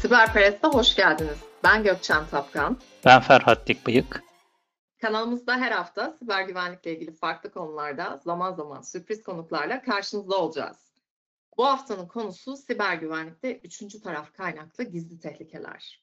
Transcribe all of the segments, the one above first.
Siberperest'e hoş geldiniz. Ben Gökçen Tapkan. Ben Ferhat Dikbıyık. Kanalımızda her hafta siber güvenlikle ilgili farklı konularda zaman zaman sürpriz konuklarla karşınızda olacağız. Bu haftanın konusu siber güvenlikte üçüncü taraf kaynaklı gizli tehlikeler.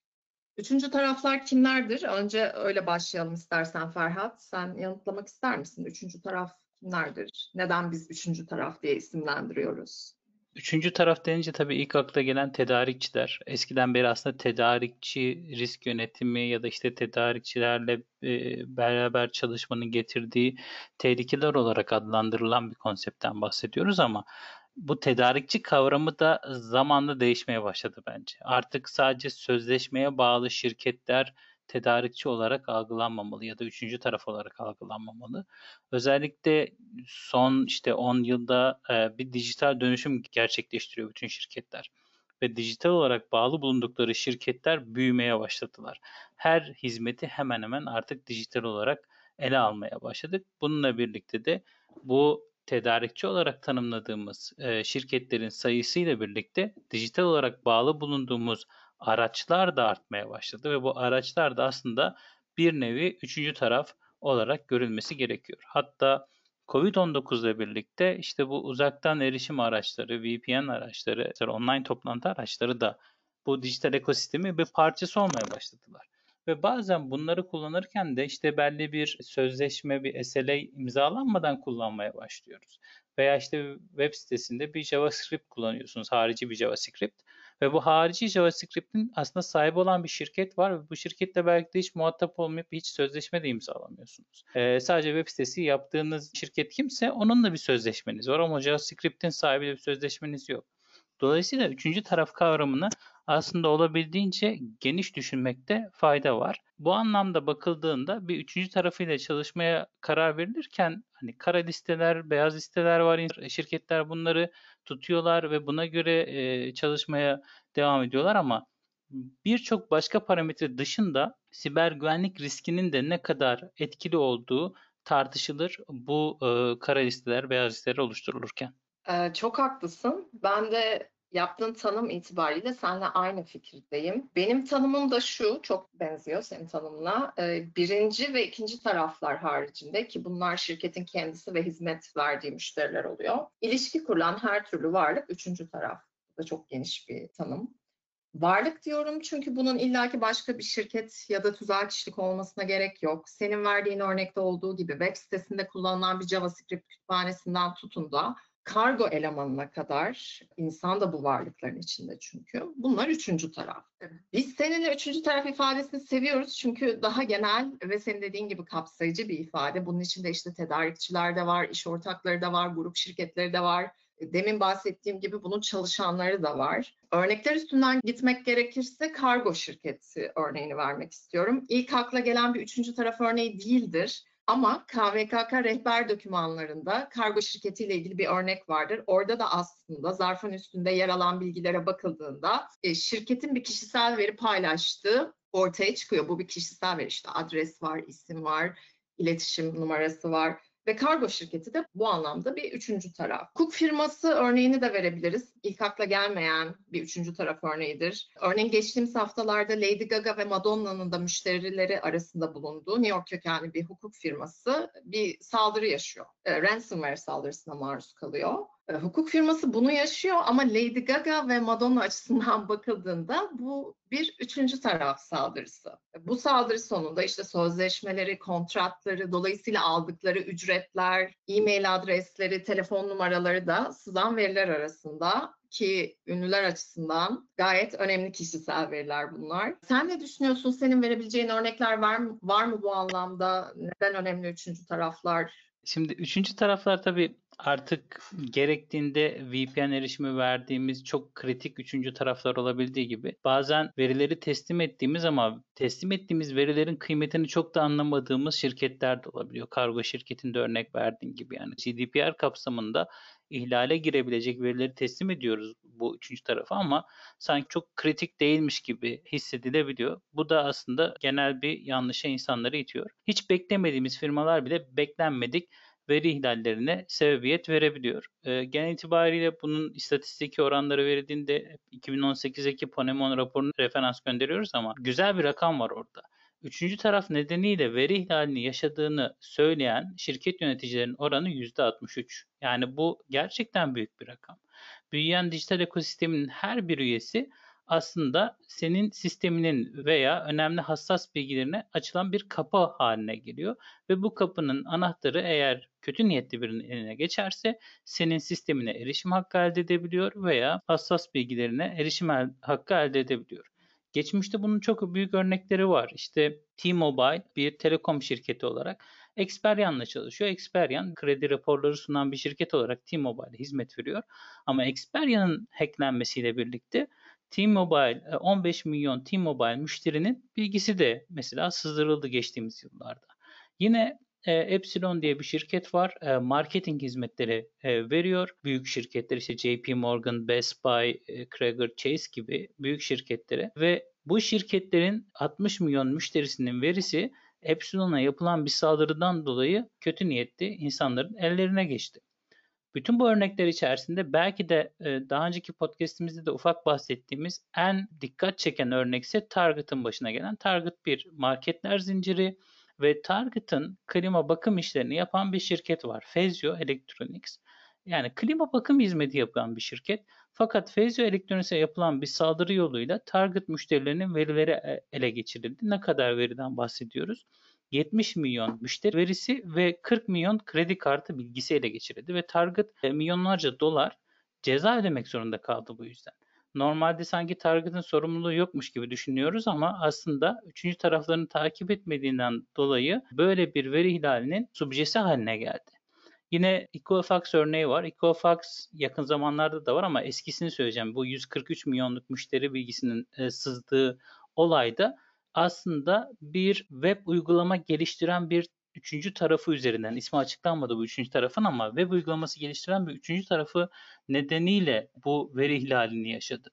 Üçüncü taraflar kimlerdir? Önce öyle başlayalım istersen Ferhat. Sen yanıtlamak ister misin? Üçüncü taraf kimlerdir? Neden biz üçüncü taraf diye isimlendiriyoruz? Üçüncü taraf denince tabii ilk akla gelen tedarikçiler. Eskiden beri aslında tedarikçi risk yönetimi ya da işte tedarikçilerle beraber çalışmanın getirdiği tehlikeler olarak adlandırılan bir konseptten bahsediyoruz ama bu tedarikçi kavramı da zamanla değişmeye başladı bence. Artık sadece sözleşmeye bağlı şirketler tedarikçi olarak algılanmamalı ya da üçüncü taraf olarak algılanmamalı. Özellikle son işte 10 yılda bir dijital dönüşüm gerçekleştiriyor bütün şirketler. Ve dijital olarak bağlı bulundukları şirketler büyümeye başladılar. Her hizmeti hemen hemen artık dijital olarak ele almaya başladık. Bununla birlikte de bu tedarikçi olarak tanımladığımız şirketlerin sayısıyla birlikte dijital olarak bağlı bulunduğumuz araçlar da artmaya başladı ve bu araçlar da aslında bir nevi üçüncü taraf olarak görülmesi gerekiyor. Hatta Covid-19 ile birlikte işte bu uzaktan erişim araçları, VPN araçları, online toplantı araçları da bu dijital ekosistemin bir parçası olmaya başladılar. Ve bazen bunları kullanırken de işte belli bir sözleşme, bir SLA imzalanmadan kullanmaya başlıyoruz. Veya işte web sitesinde bir JavaScript kullanıyorsunuz, harici bir JavaScript. Ve bu harici JavaScript'in aslında sahibi olan bir şirket var ve bu şirketle belki de hiç muhatap olmayıp hiç sözleşme de imzalamıyorsunuz. Sadece web sitesi yaptığınız şirket kimse onunla bir sözleşmeniz var ama JavaScript'in sahibiyle bir sözleşmeniz yok. Dolayısıyla üçüncü taraf kavramını aslında olabildiğince geniş düşünmekte fayda var. Bu anlamda bakıldığında bir üçüncü tarafıyla çalışmaya karar verilirken hani kara listeler, beyaz listeler var. Şirketler bunları tutuyorlar ve buna göre çalışmaya devam ediyorlar ama birçok başka parametre dışında siber güvenlik riskinin de ne kadar etkili olduğu tartışılır bu kara listeler, beyaz listeler oluşturulurken. Çok haklısın. Ben de yaptığın tanım itibariyle seninle aynı fikirdeyim. Benim tanımım da şu, çok benziyor senin tanımına. Birinci ve ikinci taraflar haricinde ki bunlar şirketin kendisi ve hizmet verdiği müşteriler oluyor. İlişki kurulan her türlü varlık üçüncü taraf. Bu da çok geniş bir tanım. Varlık diyorum çünkü bunun illaki başka bir şirket ya da tüzel kişilik olmasına gerek yok. Senin verdiğin örnekte olduğu gibi web sitesinde kullanılan bir JavaScript kütüphanesinden tutun da kargo elemanına kadar insan da bu varlıkların içinde çünkü. Bunlar üçüncü taraf. Biz seninle üçüncü taraf ifadesini seviyoruz çünkü daha genel ve senin dediğin gibi kapsayıcı bir ifade. Bunun içinde işte tedarikçiler de var, iş ortakları da var, grup şirketleri de var. Demin bahsettiğim gibi bunun çalışanları da var. Örnekler üstünden gitmek gerekirse kargo şirketi örneğini vermek istiyorum. İlk akla gelen bir üçüncü taraf örneği değildir. Ama KVKK rehber dokümanlarında kargo şirketiyle ilgili bir örnek vardır. Orada da aslında zarfın üstünde yer alan bilgilere bakıldığında şirketin bir kişisel veri paylaştığı ortaya çıkıyor. Bu bir kişisel veri, işte adres var, isim var, iletişim numarası var. Ve kargo şirketi de bu anlamda bir üçüncü taraf. Hukuk firması örneğini de verebiliriz. İlk akla gelmeyen bir üçüncü taraf örneğidir. Örneğin geçtiğimiz haftalarda Lady Gaga ve Madonna'nın da müşterileri arasında bulunduğu New York kökenli bir hukuk firması bir saldırı yaşıyor. Ransomware saldırısına maruz kalıyor. Hukuk firması bunu yaşıyor ama Lady Gaga ve Madonna açısından bakıldığında bu bir üçüncü taraf saldırısı. Bu saldırı sonunda işte sözleşmeleri, kontratları, dolayısıyla aldıkları ücretler, e-mail adresleri, telefon numaraları da sızan veriler arasında ki ünlüler açısından gayet önemli kişisel veriler bunlar. Sen ne düşünüyorsun? Senin verebileceğin örnekler var mı bu anlamda? Neden önemli üçüncü taraflar? Şimdi üçüncü taraflar tabii artık gerektiğinde VPN erişimi verdiğimiz çok kritik üçüncü taraflar olabildiği gibi bazen verileri teslim ettiğimiz ama teslim ettiğimiz verilerin kıymetini çok da anlamadığımız şirketler de olabiliyor. Kargo şirketinde örnek verdiğin gibi yani GDPR kapsamında ihlale girebilecek verileri teslim ediyoruz bu üçüncü tarafa ama sanki çok kritik değilmiş gibi hissedilebiliyor. Bu da aslında genel bir yanlışa insanları itiyor. Hiç beklemediğimiz firmalar bile beklenmedik veri ihlallerine sebebiyet verebiliyor. Genel itibariyle bunun istatistiki oranları verildiğinde 2018'deki Ponemon raporunu referans gönderiyoruz ama güzel bir rakam var orada. Üçüncü taraf nedeniyle veri ihlalini yaşadığını söyleyen şirket yöneticilerinin oranı %63. Yani bu gerçekten büyük bir rakam. Büyüyen dijital ekosistemin her bir üyesi aslında senin sisteminin veya önemli hassas bilgilerine açılan bir kapı haline geliyor ve bu kapının anahtarı eğer kötü niyetli birinin eline geçerse senin sistemine erişim hakkı elde edebiliyor veya hassas bilgilerine erişim hakkı elde edebiliyor. Geçmişte bunun çok büyük örnekleri var. İşte T-Mobile bir telekom şirketi olarak Experian'la çalışıyor. Experian kredi raporları sunan bir şirket olarak T-Mobile'e hizmet veriyor. Ama Experian'ın hacklenmesiyle birlikte T-Mobile 15 milyon T-Mobile müşterinin bilgisi de mesela sızdırıldı geçtiğimiz yıllarda. Yine Epsilon diye bir şirket var. Marketing hizmetleri veriyor. Büyük şirketler işte JP Morgan, Best Buy, Kroger, Chase gibi büyük şirketlere ve bu şirketlerin 60 milyon müşterisinin verisi Epsilon'a yapılan bir saldırıdan dolayı kötü niyetli insanların ellerine geçti. Bütün bu örnekler içerisinde belki de daha önceki podcastimizde de ufak bahsettiğimiz en dikkat çeken örnekse Target'ın başına gelen Target bir marketler zinciri ve Target'ın klima bakım işlerini yapan bir şirket var. Fezio Electronics. Yani klima bakım hizmeti yapan bir şirket. Fakat Fezio Electronics'e yapılan bir saldırı yoluyla Target müşterilerinin verileri ele geçirildi. Ne kadar veriden bahsediyoruz? 70 milyon müşteri verisi ve 40 milyon kredi kartı bilgisi ele geçirildi ve Target milyonlarca dolar ceza ödemek zorunda kaldı bu yüzden. Normalde sanki Target'ın sorumluluğu yokmuş gibi düşünüyoruz ama aslında üçüncü tarafların takip etmediğinden dolayı böyle bir veri ihlalinin subjesi haline geldi. Yine Equifax örneği var. Equifax yakın zamanlarda da var ama eskisini söyleyeceğim. Bu 143 milyonluk müşteri bilgisinin sızdığı olayda aslında bir web uygulama geliştiren bir üçüncü tarafı üzerinden, ismi açıklanmadı bu üçüncü tarafın ama web uygulaması geliştiren bir üçüncü tarafı nedeniyle bu veri ihlalini yaşadı.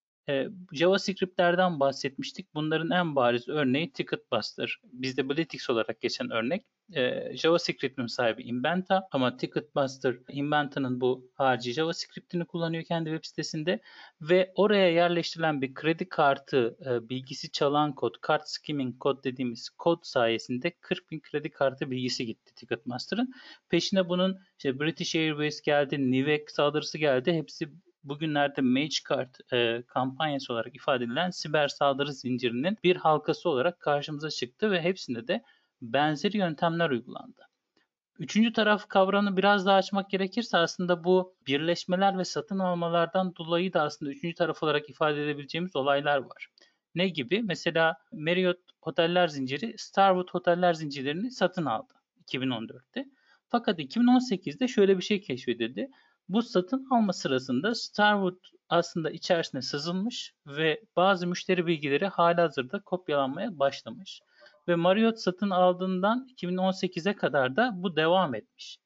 JavaScript'lerden bahsetmiştik. Bunların en bariz örneği Ticketbuster. Bizde Bletix olarak geçen örnek. JavaScript'in sahibi Inventa ama Ticketbuster Inventa'nın bu harici JavaScript'ini kullanıyor kendi web sitesinde ve oraya yerleştirilen bir kredi kartı bilgisi çalan kod, kart skimming kod dediğimiz kod sayesinde 40 bin kredi kartı bilgisi gitti Ticketmaster'ın. Peşine bunun işte British Airways geldi, Nivek saldırısı geldi. Hepsi bugünlerde Magecart kampanyası olarak ifade edilen siber saldırı zincirinin bir halkası olarak karşımıza çıktı ve hepsinde de benzeri yöntemler uygulandı. Üçüncü taraf kavramını biraz daha açmak gerekirse aslında bu birleşmeler ve satın almalardan dolayı da aslında üçüncü taraf olarak ifade edebileceğimiz olaylar var. Ne gibi? Mesela Marriott Oteller Zinciri Starwood Oteller Zincirlerini satın aldı 2014'te. Fakat 2018'de şöyle bir şey keşfedildi. Bu satın alma sırasında Starwood aslında içerisine sızılmış ve bazı müşteri bilgileri halihazırda kopyalanmaya başlamış. Ve Marriott satın aldığından 2018'e kadar da bu devam etmiş.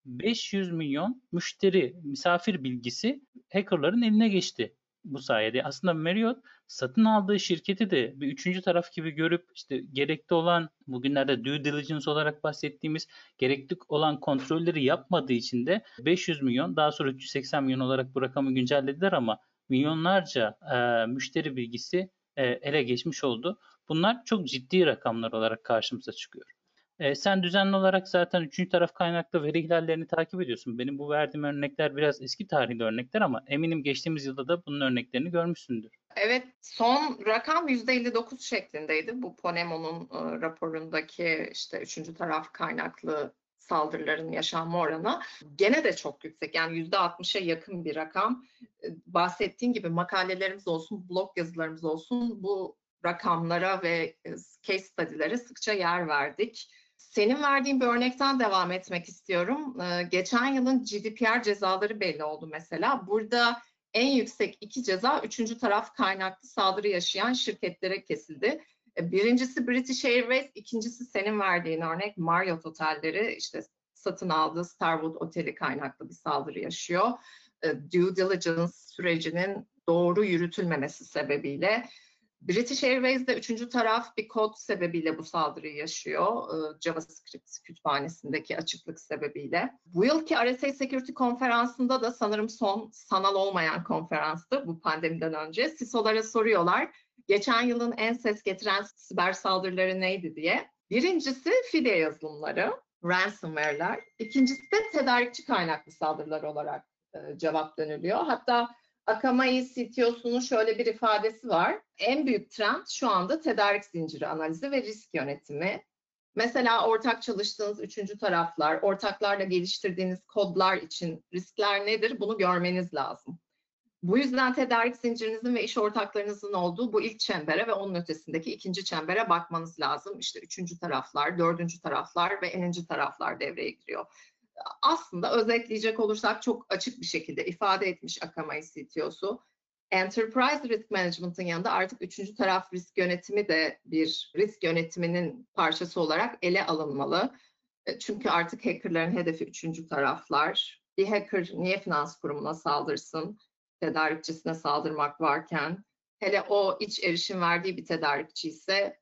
500 milyon müşteri, misafir bilgisi hackerların eline geçti bu sayede. Aslında Marriott satın aldığı şirketi de bir üçüncü taraf gibi görüp işte gerekli olan bugünlerde due diligence olarak bahsettiğimiz gerekli olan kontrolleri yapmadığı için de 500 milyon daha sonra 380 milyon olarak bu rakamı güncellediler ama milyonlarca müşteri bilgisi ele geçmiş oldu. Bunlar çok ciddi rakamlar olarak karşımıza çıkıyor. Sen düzenli olarak zaten üçüncü taraf kaynaklı veri ihlallerini takip ediyorsun. Benim bu verdiğim örnekler biraz eski tarihli örnekler ama eminim geçtiğimiz yılda da bunun örneklerini görmüşsündür. Evet, son rakam %59 şeklindeydi. Bu Ponemo'nun raporundaki işte üçüncü taraf kaynaklı saldırıların yaşanma oranı gene de çok yüksek. Yani %60'a yakın bir rakam. Bahsettiğin gibi makalelerimiz olsun, blog yazılarımız olsun bu rakamlara ve case study'lere sıkça yer verdik. Senin verdiğin bir örnekten devam etmek istiyorum. Geçen yılın GDPR cezaları belli oldu mesela. Burada en yüksek 2 ceza üçüncü taraf kaynaklı saldırı yaşayan şirketlere kesildi. Birincisi British Airways, ikincisi senin verdiğin örnek Marriott Otelleri, işte satın aldığı Starwood Oteli kaynaklı bir saldırı yaşıyor. Due diligence sürecinin doğru yürütülmemesi sebebiyle British Airways'de üçüncü taraf bir kod sebebiyle bu saldırıyı yaşıyor. JavaScript kütüphanesindeki açıklık sebebiyle. Bu yılki RSA Security konferansında da sanırım son sanal olmayan konferanstı bu pandemiden önce. CISO'lara soruyorlar. Geçen yılın en ses getiren siber saldırıları neydi diye. Birincisi fidye yazılımları, ransomware'ler. İkincisi de tedarikçi kaynaklı saldırılar olarak cevap dönülüyor. Hatta Akamai CTO'sunun şöyle bir ifadesi var. En büyük trend şu anda tedarik zinciri analizi ve risk yönetimi. Mesela ortak çalıştığınız üçüncü taraflar, ortaklarla geliştirdiğiniz kodlar için riskler nedir? Bunu görmeniz lazım. Bu yüzden tedarik zincirinizin ve iş ortaklarınızın olduğu bu ilk çembere ve onun ötesindeki ikinci çembere bakmanız lazım. İşte üçüncü taraflar, dördüncü taraflar ve eninci taraflar devreye giriyor. Aslında özetleyecek olursak çok açık bir şekilde ifade etmiş Akamai CTO'su. Enterprise Risk Management'ın yanında artık üçüncü taraf risk yönetimi de bir risk yönetiminin parçası olarak ele alınmalı. Çünkü artık hackerların hedefi üçüncü taraflar. Bir hacker niye finans kurumuna saldırsın? Tedarikçisine saldırmak varken. Hele o iç erişim verdiği bir tedarikçi ise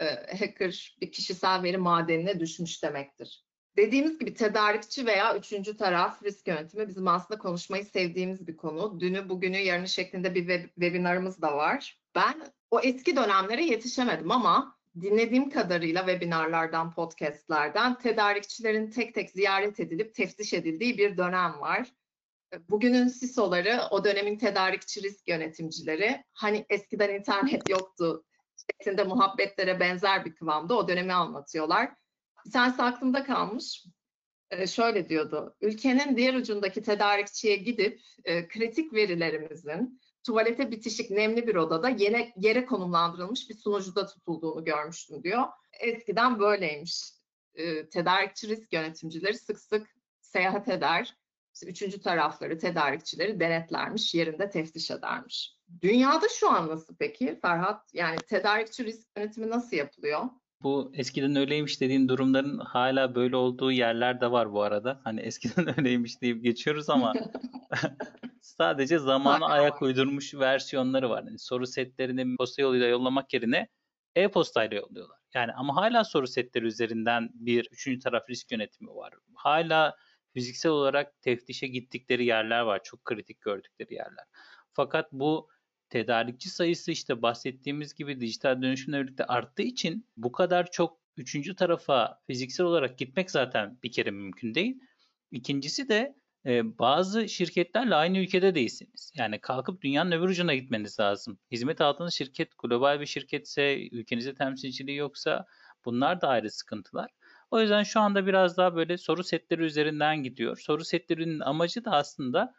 hacker bir kişisel veri madenine düşmüş demektir. Dediğimiz gibi tedarikçi veya üçüncü taraf risk yönetimi bizim aslında konuşmayı sevdiğimiz bir konu. Dünü, bugünü, yarını şeklinde bir webinarımız da var. Ben o eski dönemlere yetişemedim ama dinlediğim kadarıyla webinarlardan, podcastlerden tedarikçilerin tek tek ziyaret edilip teftiş edildiği bir dönem var. Bugünün CISO'ları, o dönemin tedarikçi risk yönetimcileri, hani eskiden internet yoktu şeklinde muhabbetlere benzer bir kıvamda o dönemi anlatıyorlar. Bir tanesi aklımda kalmış. Şöyle diyordu, ülkenin diğer ucundaki tedarikçiye gidip kritik verilerimizin tuvalete bitişik nemli bir odada yere konumlandırılmış bir sunucuda tutulduğunu görmüştüm diyor. Eskiden böyleymiş. Tedarikçi risk yönetimcileri sık sık seyahat eder, işte üçüncü tarafları, tedarikçileri denetlermiş, yerinde teftiş edermiş. Dünyada şu an nasıl peki Ferhat? Yani tedarikçi risk yönetimi nasıl yapılıyor? Bu eskiden öyleymiş dediğin durumların hala böyle olduğu yerler de var bu arada. Hani eskiden öyleymiş deyip geçiyoruz ama sadece zamana ayak uydurmuş versiyonları var. Yani soru setlerini posta yoluyla yollamak yerine e-postayla yolluyorlar. Yani ama hala soru setleri üzerinden bir üçüncü taraf risk yönetimi var. Hala fiziksel olarak teftişe gittikleri yerler var. Çok kritik gördükleri yerler. Fakat bu tedarikçi sayısı işte bahsettiğimiz gibi dijital dönüşümle birlikte arttığı için bu kadar çok üçüncü tarafa fiziksel olarak gitmek zaten bir kere mümkün değil. İkincisi de bazı şirketlerle aynı ülkede değilsiniz. Yani kalkıp dünyanın öbür ucuna gitmeniz lazım. Hizmet aldığınız şirket global bir şirketse, ülkenizde temsilciliği yoksa bunlar da ayrı sıkıntılar. O yüzden şu anda biraz daha böyle soru setleri üzerinden gidiyor. Soru setlerinin amacı da aslında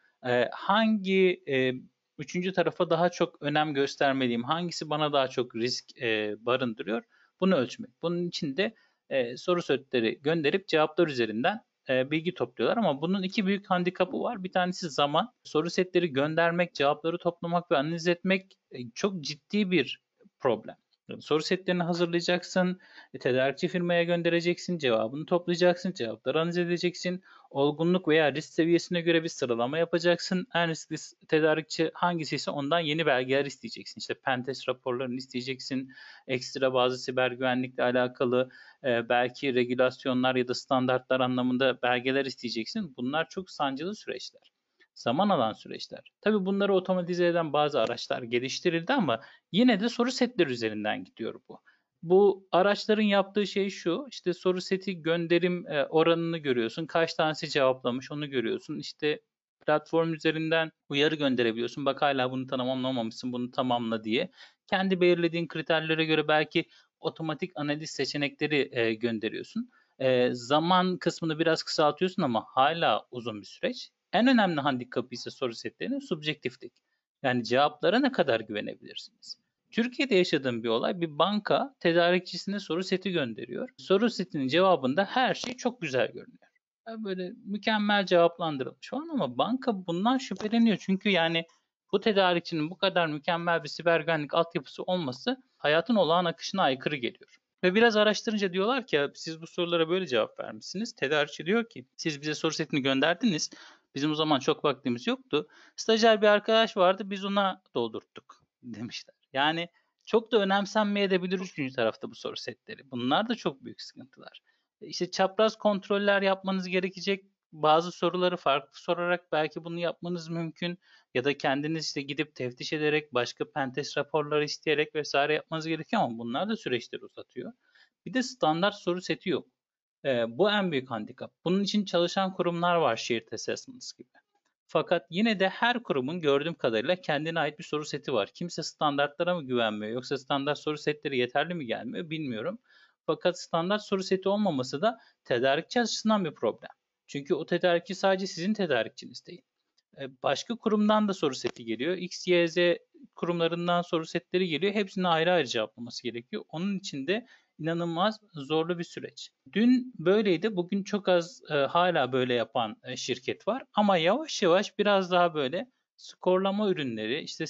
hangi üçüncü tarafa daha çok önem göstermeliyim, hangisi bana daha çok risk barındırıyor, bunu ölçmek. Bunun için de soru setleri gönderip cevaplar üzerinden bilgi topluyorlar ama bunun iki büyük handikapı var. Bir tanesi zaman. Soru setleri göndermek, cevapları toplamak ve analiz etmek çok ciddi bir problem. Soru setlerini hazırlayacaksın, tedarikçi firmaya göndereceksin, cevabını toplayacaksın, cevapları analiz edeceksin, olgunluk veya risk seviyesine göre bir sıralama yapacaksın. En riskli tedarikçi hangisi ise ondan yeni belgeler isteyeceksin. İşte pentest raporlarını isteyeceksin, ekstra bazı siber güvenlikle alakalı belki regülasyonlar ya da standartlar anlamında belgeler isteyeceksin. Bunlar çok sancılı süreçler. Zaman alan süreçler. Tabii bunları otomatize eden bazı araçlar geliştirildi ama yine de soru setleri üzerinden gidiyor bu. Bu araçların yaptığı şey şu, işte soru seti gönderim oranını görüyorsun. Kaç tanesi cevaplamış onu görüyorsun. İşte platform üzerinden uyarı gönderebiliyorsun. Bak hala bunu tamamlamamışsın, bunu tamamla diye. Kendi belirlediğin kriterlere göre belki otomatik analiz seçenekleri gönderiyorsun. Zaman kısmını biraz kısaltıyorsun ama hala uzun bir süreç. En önemli handikapı ise soru setlerinin subjektiflik. Yani cevaplara ne kadar güvenebilirsiniz? Türkiye'de yaşadığım bir olay, bir banka tedarikçisine soru seti gönderiyor. Soru setinin cevabında her şey çok güzel görünüyor. Böyle mükemmel cevaplandırılmış falan ama banka bundan şüpheleniyor. Çünkü yani bu tedarikçinin bu kadar mükemmel bir siber güvenlik altyapısı olması hayatın olağan akışına aykırı geliyor. Ve biraz araştırınca diyorlar ki siz bu sorulara böyle cevap vermişsiniz. Tedarikçi diyor ki siz bize soru setini gönderdiniz. Bizim o zaman çok vaktimiz yoktu. Stajyer bir arkadaş vardı biz ona doldurttuk demişler. Yani Çok da önemsenmeyebilir üçüncü tarafta bu soru setleri. Bunlar da çok büyük sıkıntılar. İşte çapraz kontroller yapmanız gerekecek. Bazı soruları farklı sorarak belki bunu yapmanız mümkün. Ya da kendiniz işte gidip teftiş ederek, başka pentest raporları isteyerek vesaire yapmanız gerekiyor ama bunlar da süreçleri uzatıyor. Bir de standart soru seti yok. Bu en büyük handikap. Bunun için çalışan kurumlar var, Shared Assessments gibi. Fakat yine de her kurumun gördüğüm kadarıyla kendine ait bir soru seti var. Kimse standartlara mı güvenmiyor yoksa standart soru setleri yeterli mi gelmiyor bilmiyorum. Fakat standart soru seti olmaması da tedarikçi açısından bir problem. Çünkü o tedarikçi sadece sizin tedarikçiniz değil. Başka kurumdan da soru seti geliyor. X, Y, Z kurumlarından soru setleri geliyor. Hepsini ayrı ayrı cevaplaması gerekiyor. Onun için de inanılmaz zorlu bir süreç. Dün böyleydi. Bugün çok az hala böyle yapan şirket var. Ama yavaş yavaş biraz daha böyle skorlama ürünleri, işte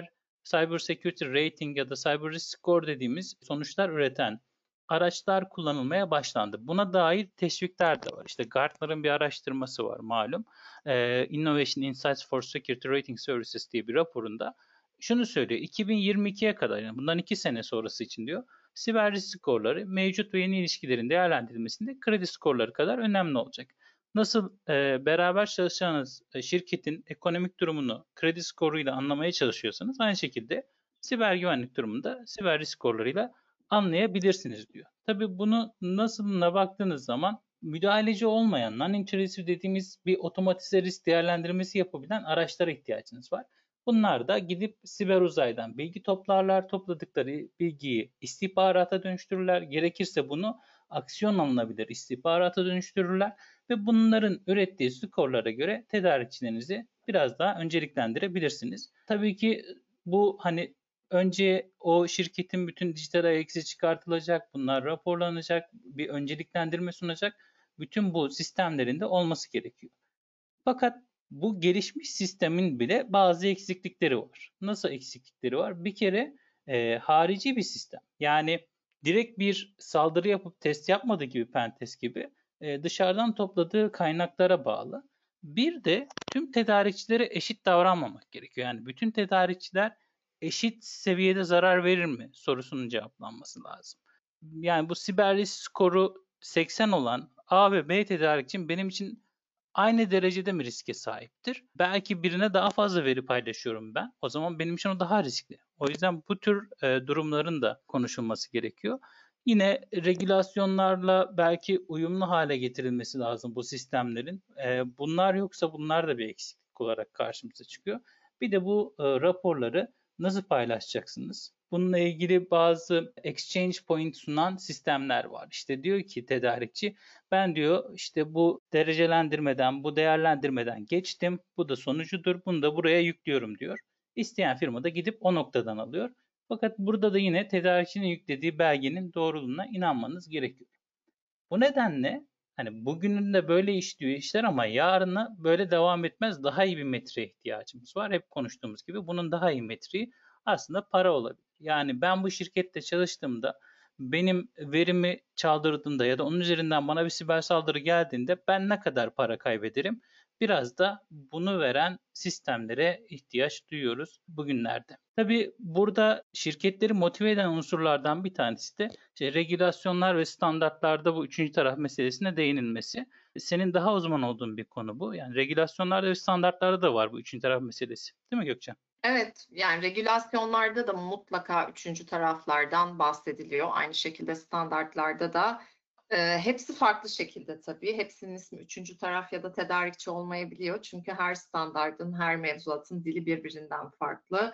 cyber security rating ya da cyber risk score dediğimiz sonuçlar üreten araçlar kullanılmaya başlandı. Buna dair teşvikler de var. İşte Gartner'ın bir araştırması var malum. Innovation Insights for Security Rating Services diye bir raporunda şunu söylüyor. 2022'ye kadar, yani bundan 2 sene sonrası için diyor, siber risk skorları mevcut ve yeni ilişkilerin değerlendirilmesinde kredi skorları kadar önemli olacak. Nasıl beraber çalışacağınız şirketin ekonomik durumunu kredi skoruyla anlamaya çalışıyorsanız aynı şekilde siber güvenlik durumunda siber risk skorlarıyla anlayabilirsiniz diyor. Tabii bunu nasılına baktığınız zaman müdahaleci olmayan, non-intrusive dediğimiz bir otomatize risk değerlendirmesi yapabilen araçlara ihtiyacınız var. Bunlar da gidip siber uzaydan bilgi toplarlar, topladıkları bilgiyi istihbarata dönüştürürler. Gerekirse bunu aksiyon alınabilir istihbarata dönüştürürler ve bunların ürettiği skorlara göre tedarikçilerinizi biraz daha önceliklendirebilirsiniz. Tabii ki bu hani önce o şirketin bütün dijital ayak izi çıkartılacak, bunlar raporlanacak, bir önceliklendirme sunacak. Bütün bu sistemlerin de olması gerekiyor. Fakat bu gelişmiş sistemin bile bazı eksiklikleri var. Nasıl eksiklikleri var? Bir kere harici bir sistem. Yani direkt bir saldırı yapıp test yapmadığı gibi pentest gibi dışarıdan topladığı kaynaklara bağlı. Bir de tüm tedarikçilere eşit davranmamak gerekiyor. Yani bütün tedarikçiler eşit seviyede zarar verir mi sorusunun cevaplanması lazım. Yani bu siber risk skoru 80 olan A ve B tedarikçim benim için aynı derecede mi riske sahiptir? Belki birine daha fazla veri paylaşıyorum ben. O zaman benim için o daha riskli. O yüzden bu tür durumların da konuşulması gerekiyor. Yine regülasyonlarla belki uyumlu hale getirilmesi lazım bu sistemlerin. Bunlar yoksa bunlar da bir eksiklik olarak karşımıza çıkıyor. Bir de bu raporları nasıl paylaşacaksınız? Bununla ilgili bazı exchange point sunan sistemler var. İşte diyor ki tedarikçi, ben diyor işte bu derecelendirmeden, bu değerlendirmeden geçtim. Bu da sonucudur. Bunu da buraya yüklüyorum diyor. İsteyen firma da gidip o noktadan alıyor. Fakat burada da yine tedarikçinin yüklediği belgenin doğruluğuna inanmanız gerekiyor. Bu nedenle hani bugünün de böyle işliyor işler ama yarına böyle devam etmez. Daha iyi bir metriğe ihtiyacımız var. Hep konuştuğumuz gibi bunun daha iyi metriği aslında para olabilir. Yani ben bu şirkette çalıştığımda benim verimi çaldırdığında ya da onun üzerinden bana bir siber saldırı geldiğinde ben ne kadar para kaybederim? Biraz da bunu veren sistemlere ihtiyaç duyuyoruz bugünlerde. Tabii burada şirketleri motive eden unsurlardan bir tanesi de işte regülasyonlar ve standartlarda bu üçüncü taraf meselesine değinilmesi. Senin daha uzman olduğun bir konu bu. Yani regülasyonlarda ve standartlarda da var bu üçüncü taraf meselesi. Değil mi Gökçen? Evet, yani regülasyonlarda da mutlaka üçüncü taraflardan bahsediliyor. Aynı şekilde standartlarda da hepsi farklı şekilde tabii. Hepsinin ismi üçüncü taraf ya da tedarikçi olmayabiliyor. Çünkü her standardın, her mevzuatın dili birbirinden farklı.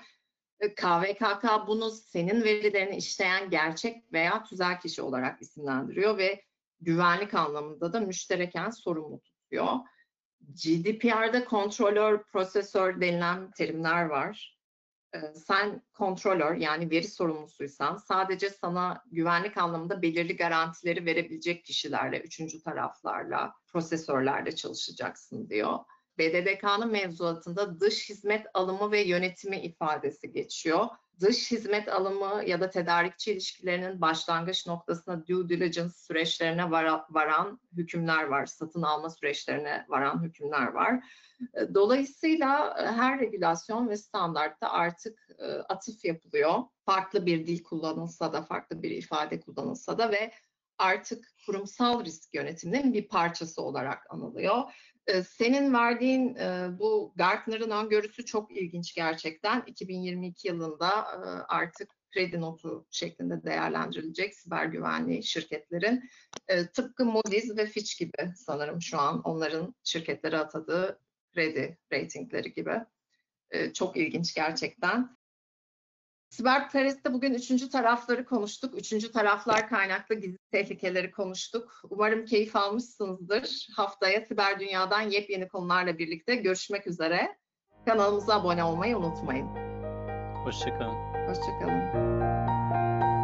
KVKK bunu senin verilerini işleyen gerçek veya tüzel kişi olarak isimlendiriyor ve güvenlik anlamında da müştereken sorumlu tutuyor. GDPR'da kontrolör, prosesör denilen terimler var. Sen kontrolör yani veri sorumlusuysan sadece sana güvenlik anlamında belirli garantileri verebilecek kişilerle, üçüncü taraflarla, prosesörlerle çalışacaksın diyor. BDDK'nın mevzuatında dış hizmet alımı ve yönetimi ifadesi geçiyor. dış hizmet alımı ya da tedarikçi ilişkilerinin başlangıç noktasına due diligence süreçlerine varan hükümler var. Satın alma süreçlerine varan hükümler var. Dolayısıyla her regülasyon ve standartta artık atıf yapılıyor. Farklı bir dil kullanılsa da, farklı bir ifade kullanılsa da ve artık kurumsal risk yönetiminin bir parçası olarak anılıyor. Senin verdiğin bu Gartner'ın öngörüsü çok ilginç gerçekten. 2022 yılında artık kredi notu şeklinde değerlendirilecek siber güvenliği şirketlerin. Tıpkı Moody's ve Fitch gibi sanırım şu an onların şirketlere atadığı kredi ratingleri gibi. Çok ilginç gerçekten. Siber Paris'te bugün üçüncü tarafları konuştuk. Üçüncü taraflar kaynaklı gizli tehlikeleri konuştuk. Umarım keyif almışsınızdır. Haftaya Siber Dünya'dan yepyeni konularla birlikte görüşmek üzere. Kanalımıza abone olmayı unutmayın. Hoşça kalın. Hoşça kalın.